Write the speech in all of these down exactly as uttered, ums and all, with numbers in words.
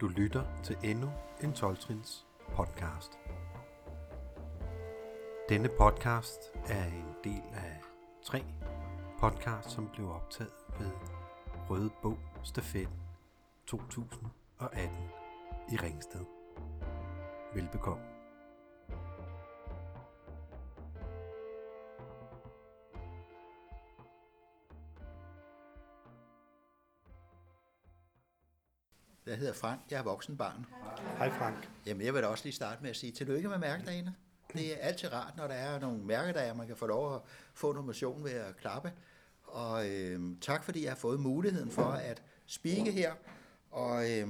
Du lytter til endnu en tolv-trins podcast. Denne podcast er en del af tre podcasts, som blev optaget ved Røde Bog Stafetten to tusind atten i Ringsted. Velbekomme. Jeg hedder Frank, jeg er voksenbarn. Hej Frank. Jamen, jeg vil da også lige starte med at sige tillykke med mærkedagene. Det er altid rart, når der er nogle mærkedage, man kan få lov at få noget motion ved at klappe. Og øh, tak fordi jeg har fået muligheden for at speake her. Og, øh,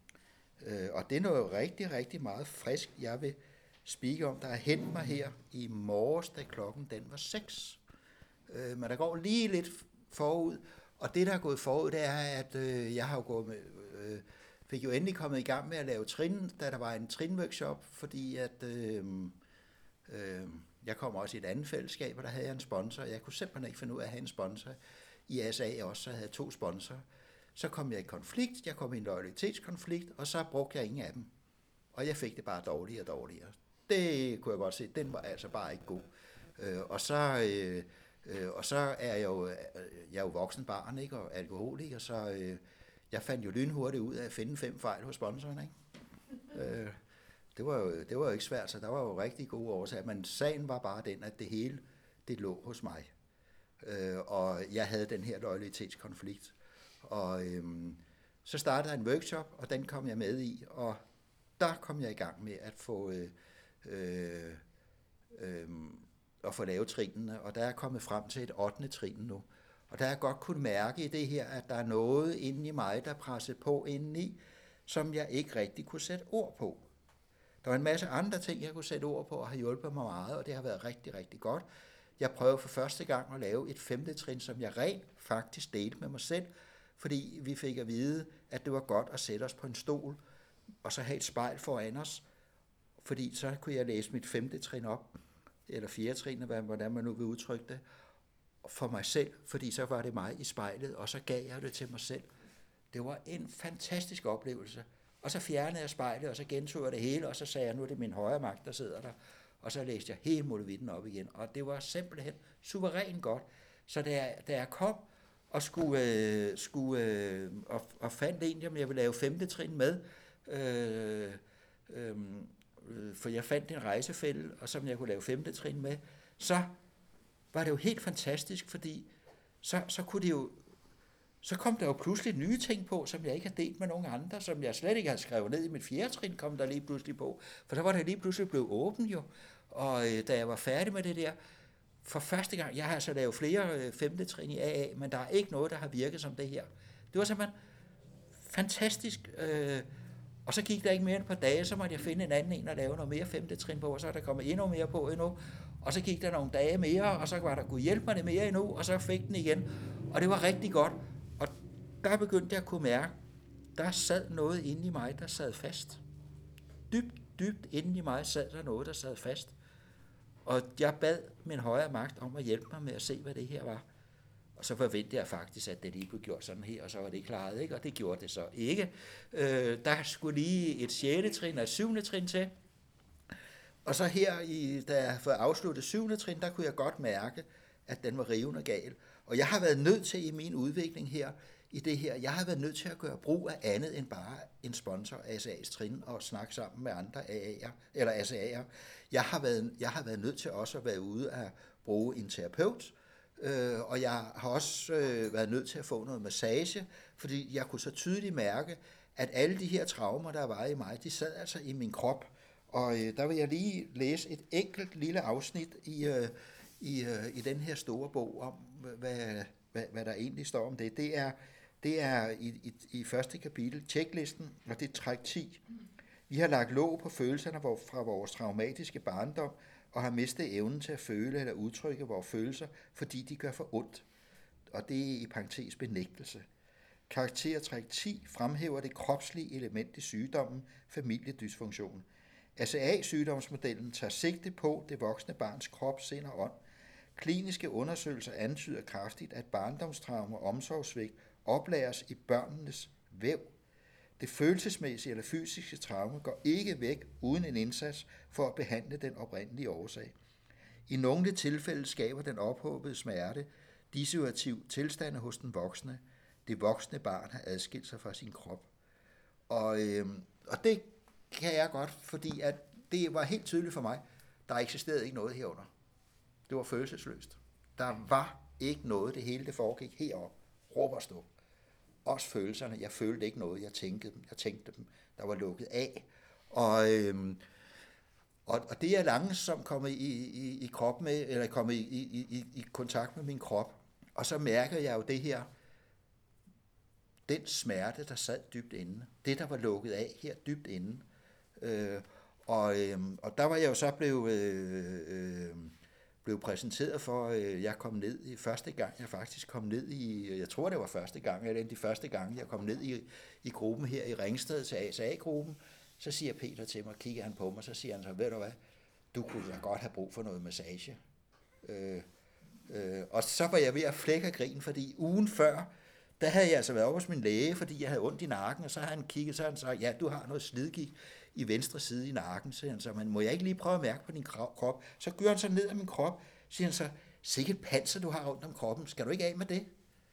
øh, og det er noget rigtig, rigtig meget frisk, jeg vil speake om. Der er hent mig her i morges, da klokken den var seks. Øh, men der går lige lidt forud. Og det, der er gået forud, det er, at øh, jeg har jo gået med... Øh, fik jo endelig kommet i gang med at lave trin, da der var en trin-workshop, fordi at øh, øh, jeg kommer også i et andet fællesskab, og der havde jeg en sponsor. Jeg kunne simpelthen ikke finde ud af at have en sponsor. I A S A også, så havde jeg to sponsorer. Så kom jeg i konflikt, jeg kom i en loyalitetskonflikt, og så brugte jeg ingen af dem. Og jeg fik det bare dårligere og dårligere. Det kunne jeg godt se, den var altså bare ikke god. Øh, og så... Øh, Øh, og så er jeg jo, jeg er jo voksen barn, ikke, og alkoholiker, så øh, jeg fandt jo lynhurtigt ud af at finde fem fejl hos sponsoren. Ikke? Øh, det, var jo, det var jo ikke svært, så der var jo rigtig gode årsager, men sagen var bare den, at det hele det lå hos mig. Øh, og jeg havde den her loyalitetskonflikt. Og øh, så startede en workshop, og den kom jeg med i, og der kom jeg i gang med at få... Øh, øh, øh, og få lavet trinene, og der er kommet frem til et ottende trin nu. Og der er jeg godt kunne mærke i det her, at der er noget inde i mig, der presser på indeni, som jeg ikke rigtig kunne sætte ord på. Der var en masse andre ting, jeg kunne sætte ord på, og har hjulpet mig meget, og det har været rigtig, rigtig godt. Jeg prøvede for første gang at lave et femte trin, som jeg rent faktisk delte med mig selv, fordi vi fik at vide, at det var godt at sætte os på en stol, og så have et spejl foran os, fordi så kunne jeg læse mit femte trin op, eller fjerde trin, hvordan man nu vil udtrykke det, for mig selv, fordi så var det mig i spejlet, og så gav jeg det til mig selv. Det var en fantastisk oplevelse. Og så fjernede jeg spejlet, og så gentog jeg det hele, og så sagde jeg, nu er det min højre magt, der sidder der. Og så læste jeg hele molevitten op igen, og det var simpelthen suverænt godt. Så da jeg, da jeg kom og skulle, øh, skulle øh, og, og fandt egentlig, om jeg ville lave femte trin med, øh, øh, for jeg fandt en rejsefælde, og som jeg kunne lave femte trin med, så var det jo helt fantastisk, fordi så, så kunne det jo, så kom der jo pludselig nye ting på, som jeg ikke har delt med nogen andre, som jeg slet ikke havde skrevet ned i mit fjerde trin, kom der lige pludselig på, for så var det lige pludselig blevet åbent jo, og øh, da jeg var færdig med det der, for første gang, jeg har altså lavet flere øh, femte trin i A A, men der er ikke noget, der har virket som det her. Det var simpelthen fantastisk. øh, Og så gik der ikke mere end et par dage, så måtte jeg finde en anden en og lave noget mere femte trin på, og så er der kommet endnu mere på endnu. Og så gik der nogle dage mere, og så var der, kunne hjælpe mig det mere endnu, og så fik den igen. Og det var rigtig godt. Og der begyndte jeg at kunne mærke, der sad noget inde i mig, der sad fast. Dybt, dybt inde i mig sad der noget, der sad fast. Og jeg bad min højre magt om at hjælpe mig med at se, hvad det her var. Og så forventede jeg faktisk, at det lige blev gjort sådan her, og så var det klaret, ikke? Og det gjorde det så ikke. Øh, der skulle lige et sjette trin og et syvende trin til. Og så her, i, da jeg havde afsluttet syvende trin, der kunne jeg godt mærke, at den var rivende gal. Og jeg har været nødt til i min udvikling her, i det her, jeg har været nødt til at gøre brug af andet end bare en sponsor af A S A's trin og snakke sammen med andre A A'er, eller A S A'er. Jeg har været, jeg har været nødt til også at være ude at bruge en terapeut, Øh, og jeg har også øh, været nødt til at få noget massage, fordi jeg kunne så tydeligt mærke, at alle de her traumer, der var i mig, de sad altså i min krop. Og øh, der vil jeg lige læse et enkelt lille afsnit i, øh, i, øh, i den her store bog om, hvad, hvad, hvad der egentlig står om det. Det er, det er i, i, i første kapitel, checklisten, og det er træk ti. Vi har lagt låg på følelserne fra vores traumatiske barndom, og har mistet evnen til at føle eller udtrykke vores følelser, fordi de gør for ondt. Og det er i parentes benægtelse. Karaktertræk ti fremhæver det kropslige element i sygdommen, familiedysfunktion. A S A-sygdomsmodellen tager sigte på det voksne barns krop, sind og ånd. Kliniske undersøgelser antyder kraftigt, at barndomstraumer og omsorgssvigt oplæres i børnenes væv. Det følelsesmæssige eller fysiske traume går ikke væk uden en indsats for at behandle den oprindelige årsag. I nogle tilfælde skaber den ophobede smerte dissociativ tilstande hos den voksne. Det voksne barn har adskilt sig fra sin krop. Og, øh, og det kan jeg godt, fordi at det var helt tydeligt for mig, der eksisterede ikke noget herunder. Det var følelsesløst. Der var ikke noget, det hele det foregik heroppe. Råb og stå. Også følelserne. Jeg følte ikke noget, jeg tænkte dem. Jeg tænkte dem, der var lukket af. Og, øhm, og, og det er langsomt kommet i, i, i krop med, eller kommet i, i, i, i kontakt med min krop. Og så mærker jeg jo det her, den smerte, der sad dybt inde. Det, der var lukket af her dybt inde. Øh, og, øhm, og der var jeg jo så blevet... Øh, øh, blev præsenteret for, øh, jeg kom ned i første gang, jeg faktisk kom ned i, jeg tror det var første gang, eller de første gange, jeg kom ned i, i gruppen her i Ringsted til A S A-gruppen, så siger Peter til mig, kigger han på mig, så siger han så, ved du hvad, du kunne da godt have brug for noget massage. Øh, øh, og så var jeg ved at flække af grin, fordi ugen før, der havde jeg altså været over hos min læge, fordi jeg havde ondt i nakken, og så havde han kigget, så han sagt, ja, du har noget slidgigt i venstre side i nakken, siger han så, men må jeg ikke lige prøve at mærke på din krop? Så gør han så ned af min krop, siger han så, sikkert panser du har rundt om kroppen, skal du ikke af med det?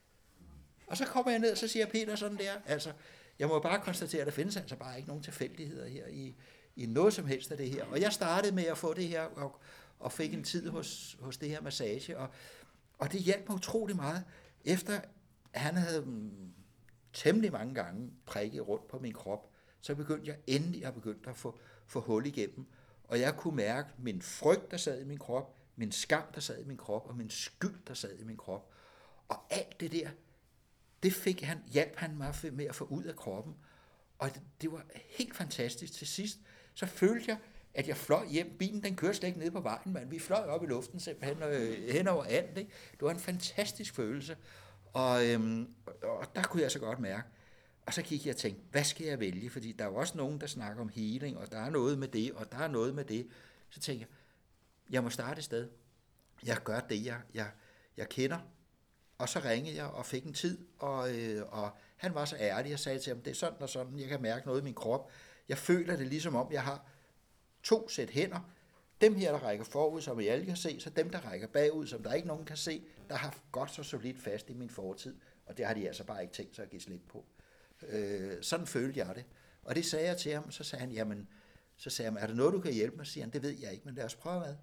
Og så kommer jeg ned, og så siger Peter sådan der, altså, jeg må bare konstatere, at der findes altså bare ikke nogen tilfældigheder her i, i noget som helst af det her. Og jeg startede med at få det her, og, og fik en tid hos, hos det her massage, og, og det hjalp mig utrolig meget, efter han havde mm, temmelig mange gange prikket rundt på min krop, så begyndte jeg endelig at begynde at få, få hul igennem. Og jeg kunne mærke min frygt, der sad i min krop, min skam, der sad i min krop, og min skyld, der sad i min krop. Og alt det der, det fik han, hjalp han mig med at få ud af kroppen. Og det, det var helt fantastisk. Til sidst, så følte jeg, at jeg fløj hjem. Bilen, den kørte slet ikke ned på vejen, men vi fløj op i luften simpelthen øh, hen over alt. Ikke? Det var en fantastisk følelse. Og, øhm, og der kunne jeg så godt mærke. Og så gik jeg og tænkte, hvad skal jeg vælge? Fordi der er jo også nogen, der snakker om healing, og der er noget med det, og der er noget med det. Så tænkte jeg, jeg må starte et sted. Jeg gør det, jeg, jeg, jeg kender. Og så ringede jeg og fik en tid, og, øh, og han var så ærlig. Jeg sagde til ham, det er sådan og sådan, jeg kan mærke noget i min krop. Jeg føler det ligesom om, jeg har to sæt hænder. Dem her, der rækker forud, som I alle kan se, så dem, der rækker bagud, som der ikke nogen kan se, der har godt så solidt fast i min fortid. Og det har de altså bare ikke tænkt sig at give slip på. Øh, sådan følte jeg det. Og det sagde jeg til ham, så sagde han, jamen, så sagde han, er der noget, du kan hjælpe mig? Så siger han, det ved jeg ikke, men lad os prøve hvad.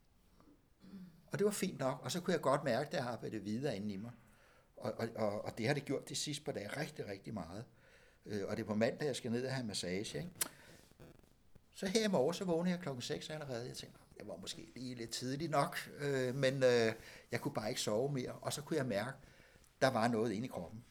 Og det var fint nok, og så kunne jeg godt mærke, at jeg arbejdede videre inde i mig. Og, og, og, og det har det gjort de sidste par dage rigtig, rigtig meget. Øh, og det er på mandag, jeg skal ned og have massage, ikke? Så her i morgen, så vågnede jeg klokken seks allerede. Jeg tænkte, jeg var måske lige lidt tidligt nok, øh, men øh, jeg kunne bare ikke sove mere. Og så kunne jeg mærke, der var noget inde i kroppen.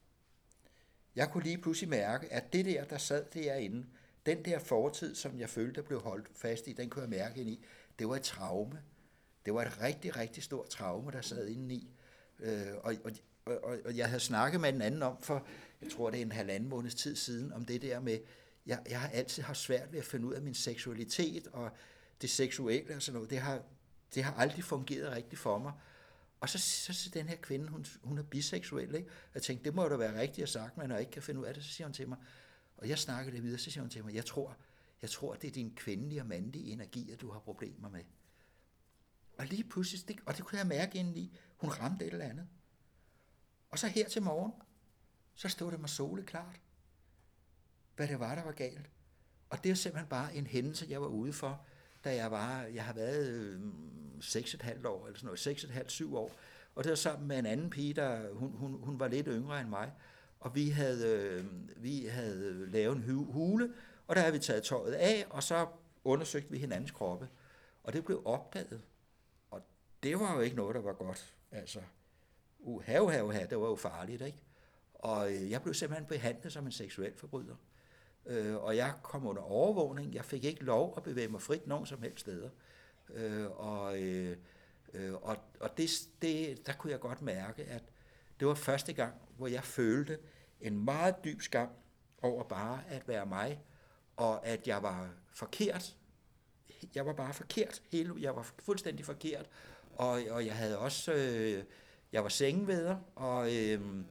Jeg kunne lige pludselig mærke, at det der, der sad derinde, den der fortid, som jeg følte, der blev holdt fast i, den kunne jeg mærke ind i, det var et traume. Det var et rigtig, rigtig stort traume, der sad inde i. Øh, og, og, og, og jeg havde snakket med en anden om, for jeg tror, det er en halvanden måneds tid siden, om det der med, jeg, jeg har altid haft svært ved at finde ud af min seksualitet, og det seksuelle og sådan noget, det har, det har aldrig fungeret rigtigt for mig. Og så, så, så den her kvinde, hun, hun er biseksuel, ikke? Jeg tænkte, det må da være rigtigt at sagt, men når jeg ikke kan finde ud af det, så siger hun til mig, og jeg snakker det videre, så siger hun til mig, jeg tror, jeg tror, det er din kvindelige og mandlige energi, at du har problemer med. Og lige pludselig, det, og det kunne jeg mærke indeni, hun ramte et eller andet. Og så her til morgen, så stod det mig soleklart, hvad det var, der var galt. Og det er simpelthen bare en hændelse, jeg var ude for, da jeg var, jeg har været øh, seks et halvt år, eller sådan noget, seks et halvt, syv år. Og det var sammen med en anden pige, der, hun, hun, hun var lidt yngre end mig, og vi havde, øh, vi havde lavet en hule, og der havde vi taget tøjet af, og så undersøgte vi hinandens kroppe. Og det blev opdaget. Og det var jo ikke noget, der var godt. Altså, uha, uha, uha, det var jo farligt, ikke? Og øh, jeg blev simpelthen behandlet som en seksuel forbryder. Øh, og jeg kom under overvågning. Jeg fik ikke lov at bevæge mig frit nogen som helst steder. Øh, og øh, og, og det, det, der kunne jeg godt mærke, at det var første gang, hvor jeg følte en meget dyb skam over bare at være mig, og at jeg var forkert. Jeg var bare forkert. Hele, jeg var fuldstændig forkert. Og, og jeg havde også, øh, jeg var sengevædder, og, øh,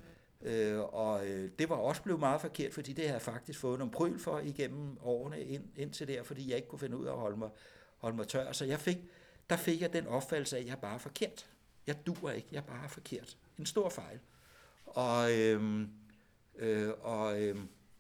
Øh, og øh, det var også blevet meget forkert, fordi det havde jeg faktisk fået nogle pryl for igennem årene ind, indtil der, fordi jeg ikke kunne finde ud af at holde mig, holde mig tør. Så jeg fik, der fik jeg den opfattelse af, at jeg bare er forkert. Jeg duer ikke, jeg er bare forkert. En stor fejl. Og, øh, øh, og, øh,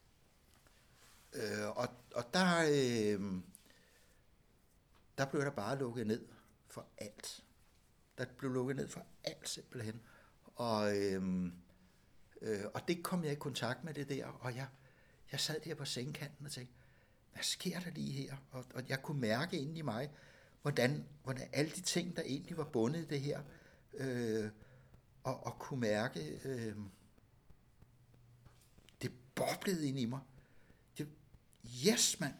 øh, og, og der, øh, der blev der bare lukket ned for alt. Der blev lukket ned for alt simpelthen. Og, øh, øh, og det kom jeg i kontakt med det der, og jeg, jeg sad der på sengekanten og tænkte, hvad sker der lige her? Og, og jeg kunne mærke inde i mig, hvordan, hvordan alle de ting, der egentlig var bundet i det her, øh, og, og kunne mærke, øh, det boblede ind i mig. Det, yes, mand!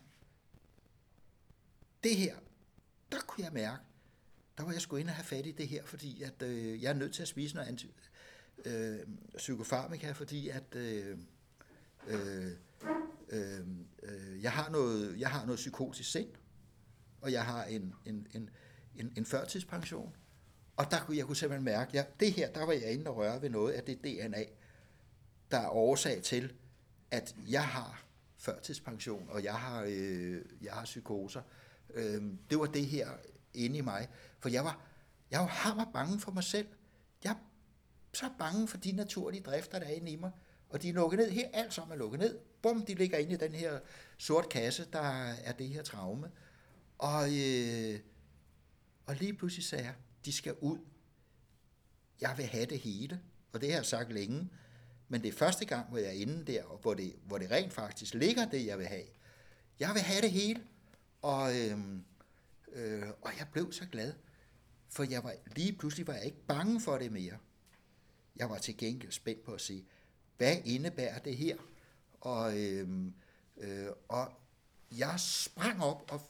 Det her, der kunne jeg mærke, der var jeg sgu inde og have fat i det her, fordi at, øh, jeg er nødt til at spise noget anti, øh, psykofarmaka, fordi at øh, øh, øh, øh, jeg har noget, jeg har noget psykotisk sind, og jeg har en, en, en, en, en førtidspension, og der kunne jeg kunne simpelthen mærke, at det her, der var jeg inde og røre ved noget af det D N A, der er årsag til, at jeg har førtidspension, og jeg har, øh, jeg har psykoser. Øh, det var det her inde i mig, for jeg var, jeg var hammer bange for mig selv. Jeg er så bange for de naturlige drifter, der er inde i mig, og de er lukket ned, her alt sammen er lukket ned. Bum, de ligger inde i den her sort kasse, der er det her traume. Og, øh, og lige pludselig sagde jeg, de skal ud. Jeg vil have det hele, og det har jeg sagt længe, men det er første gang, hvor jeg er inde der, hvor det, hvor det rent faktisk ligger det, jeg vil have. Jeg vil have det hele, og, øh, øh, og jeg blev så glad, for jeg var, lige pludselig var jeg ikke bange for det mere. Jeg var til gengæld spændt på at se, hvad indebærer det her? Og, øh, øh, og jeg sprang op, og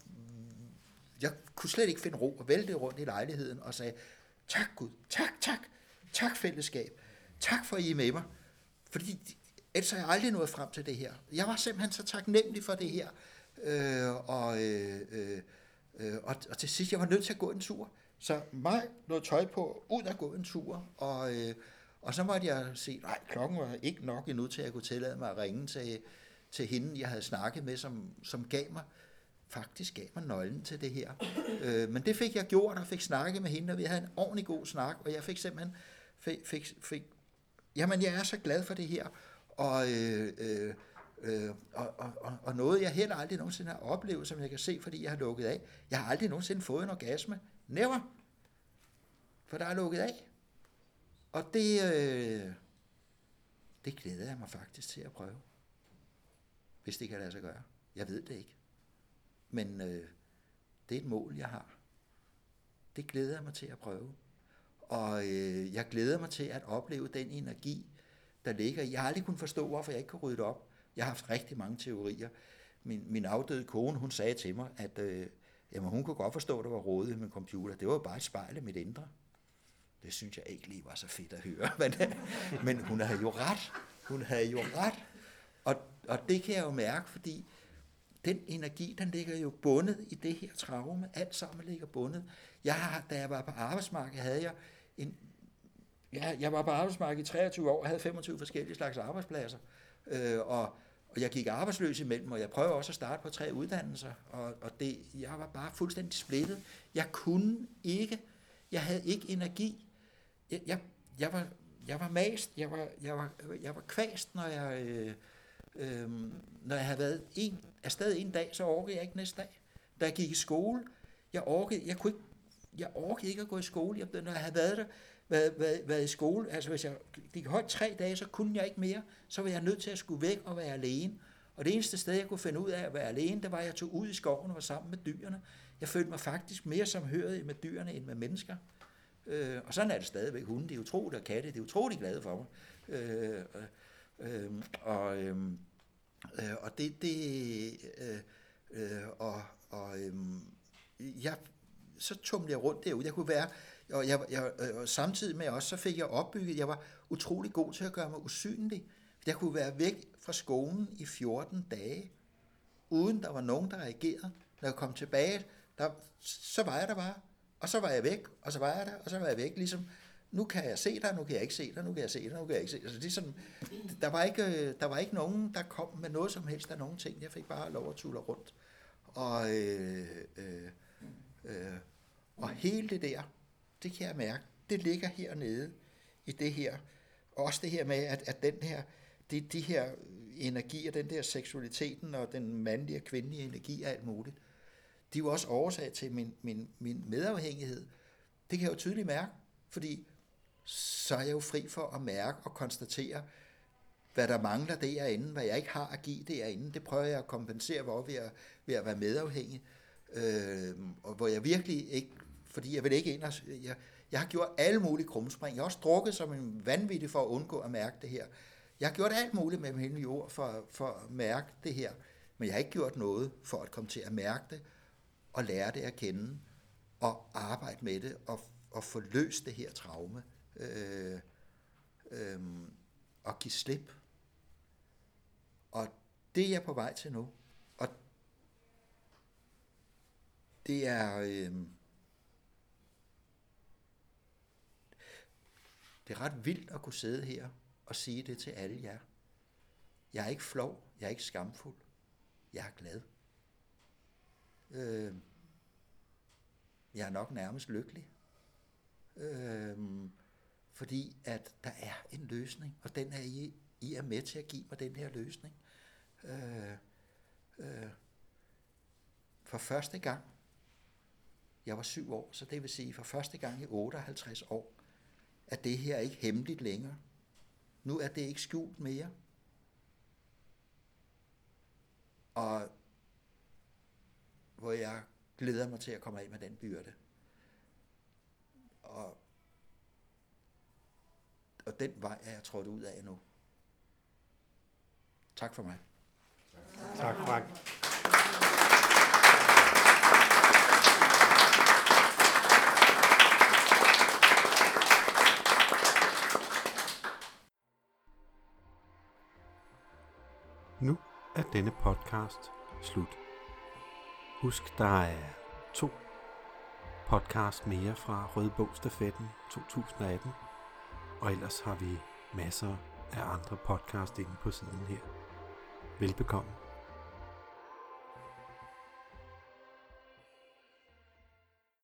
jeg kunne slet ikke finde ro og vælte rundt i lejligheden og sagde, tak Gud, tak, tak, tak fællesskab, tak for I er med mig. Fordi ellers har jeg aldrig nået frem til det her. Jeg var simpelthen så taknemmelig for det her. Øh, og, øh, øh, og, og til sidst, jeg var nødt til at gå en tur. Så mig, noget tøj på, ud at gå en tur. Og, øh, og så måtte jeg se, nej, klokken var ikke nok endnu til, at jeg kunne tillade mig at ringe til, til hende, jeg havde snakket med, som, som gav mig, faktisk gav mig nøglen til det her. Øh, men det fik jeg gjort, og fik snakket med hende, og vi havde en ordentlig god snak, og jeg fik simpelthen, fik, fik, fik jamen, jeg er så glad for det her, og, øh, øh, øh, og, og, og noget, jeg heller aldrig nogensinde har oplevet, som jeg kan se, fordi jeg har lukket af. Jeg har aldrig nogensinde fået en orgasme. Never. For der er lukket af. Og det, øh, det glæder jeg mig faktisk til at prøve. Hvis det kan lade sig gøre. Jeg ved det ikke. Men øh, det er et mål, jeg har. Det glæder jeg mig til at prøve. Og øh, jeg glæder mig til at opleve den energi, der ligger i. Jeg har aldrig kunnet forstå, hvorfor jeg ikke kan rydde det op. Jeg har haft rigtig mange teorier. Min, min afdøde kone, hun sagde til mig, at øh, jamen, hun kunne godt forstå, at der var rodet i min computer. Det var jo bare et spejl af mit indre. Det synes jeg ikke lige var så fedt at høre. Men, men hun havde jo ret. Hun havde jo ret. Og, og det kan jeg jo mærke, fordi den energi, den ligger jo bundet i det her traume. Alt sammen ligger bundet. Jeg har, da jeg var på arbejdsmarkedet, havde jeg en... Ja, jeg var på arbejdsmarkedet i treogtyve år og havde femogtyve forskellige slags arbejdspladser. Øh, og, og jeg gik arbejdsløs imellem, og jeg prøvede også at starte på tre uddannelser. Og, og det, jeg var bare fuldstændig splittet. Jeg kunne ikke... Jeg havde ikke energi. Jeg, jeg, jeg, var, jeg var mast. Jeg var, jeg var, jeg var kvæst, når jeg... Øh, øh, når jeg havde været en, afsted en dag, så orkede jeg ikke næste dag. Da jeg gik i skole, jeg orkede, jeg kunne ikke, jeg orkede ikke at gå i skole. Jeg, når jeg havde været der, været, været, været i skole, altså hvis jeg gik højt tre dage, så kunne jeg ikke mere. Så var jeg nødt til at skulle væk og være alene. Og det eneste sted, jeg kunne finde ud af at være alene, det var, at jeg tog ud i skoven og var sammen med dyrene. Jeg følte mig faktisk mere samhørig med dyrene end med mennesker. Øh, og sådan er det stadigvæk. Hunde, de er utroligt, og katte, de er utroligt glade for mig. Øh, øh, og øh, øh, og det, det øh, øh, og, og øh, jeg, så tumlede jeg rundt derude. Jeg kunne være, og, jeg, jeg, og samtidig med også, så fik jeg opbygget, jeg var utrolig god til at gøre mig usynlig. Jeg kunne være væk fra skolen i fjorten dage, uden der var nogen, der reagerede. Når jeg kom tilbage, der, så var jeg der bare. Og så var jeg væk, og så var jeg der, og så var jeg væk. Ligesom nu kan jeg se dig, nu kan jeg ikke se dig, nu kan jeg se dig, nu kan jeg ikke se dig. Altså, det er sådan, der, var ikke, der var ikke nogen, der kom med noget som helst af nogen ting. Jeg fik bare lov at tulle rundt. Og, øh, øh, øh, og hele det der, det kan jeg mærke, det ligger hernede i det her. Også det her med, at, at den her, de, de her energier, den der seksualiteten og den mandlige og kvindelige energi og alt muligt, de er jo også årsag til min, min, min medafhængighed. Det kan jeg jo tydeligt mærke, fordi så er jeg jo fri for at mærke og konstatere, hvad der mangler derinde, hvad jeg ikke har at give derinde. Det prøver jeg at kompensere hvor ved at, ved at være medafhængig. Øh, og hvor jeg virkelig ikke, fordi jeg vil ikke ind og, jeg, jeg har gjort alle mulige krumspring. Jeg har også drukket som en vanvittig for at undgå at mærke det her. Jeg har gjort alt muligt med min jord for, for at mærke det her, men jeg har ikke gjort noget for at komme til at mærke det, og lære det at kende, og arbejde med det, og, og få løst det her traume, øh, øh, og give slip. Og det er jeg på vej til nu. Og det er, øh, det er ret vildt at kunne sidde her og sige det til alle jer. Jeg er ikke flov, jeg er ikke skamfuld, jeg er glad. Øh, jeg er nok nærmest lykkelig. Øh, fordi at der er en løsning, og den er I, I er med til at give mig den her løsning. Øh, øh, for første gang, jeg var syv år, så det vil sige for første gang i otteoghalvtreds år, at det her er ikke hemmeligt længere. Nu er det ikke skjult mere. Og hvor jeg glæder mig til at komme af med den byrde. Og, og den vej er jeg trådt ud af nu. Tak for mig. Tak, Frank. Nu er denne podcast slut. Husk, der er to podcast mere fra Rødbog-stafetten to tusind og atten, og ellers har vi masser af andre podcast inde på siden her. Velbekomme.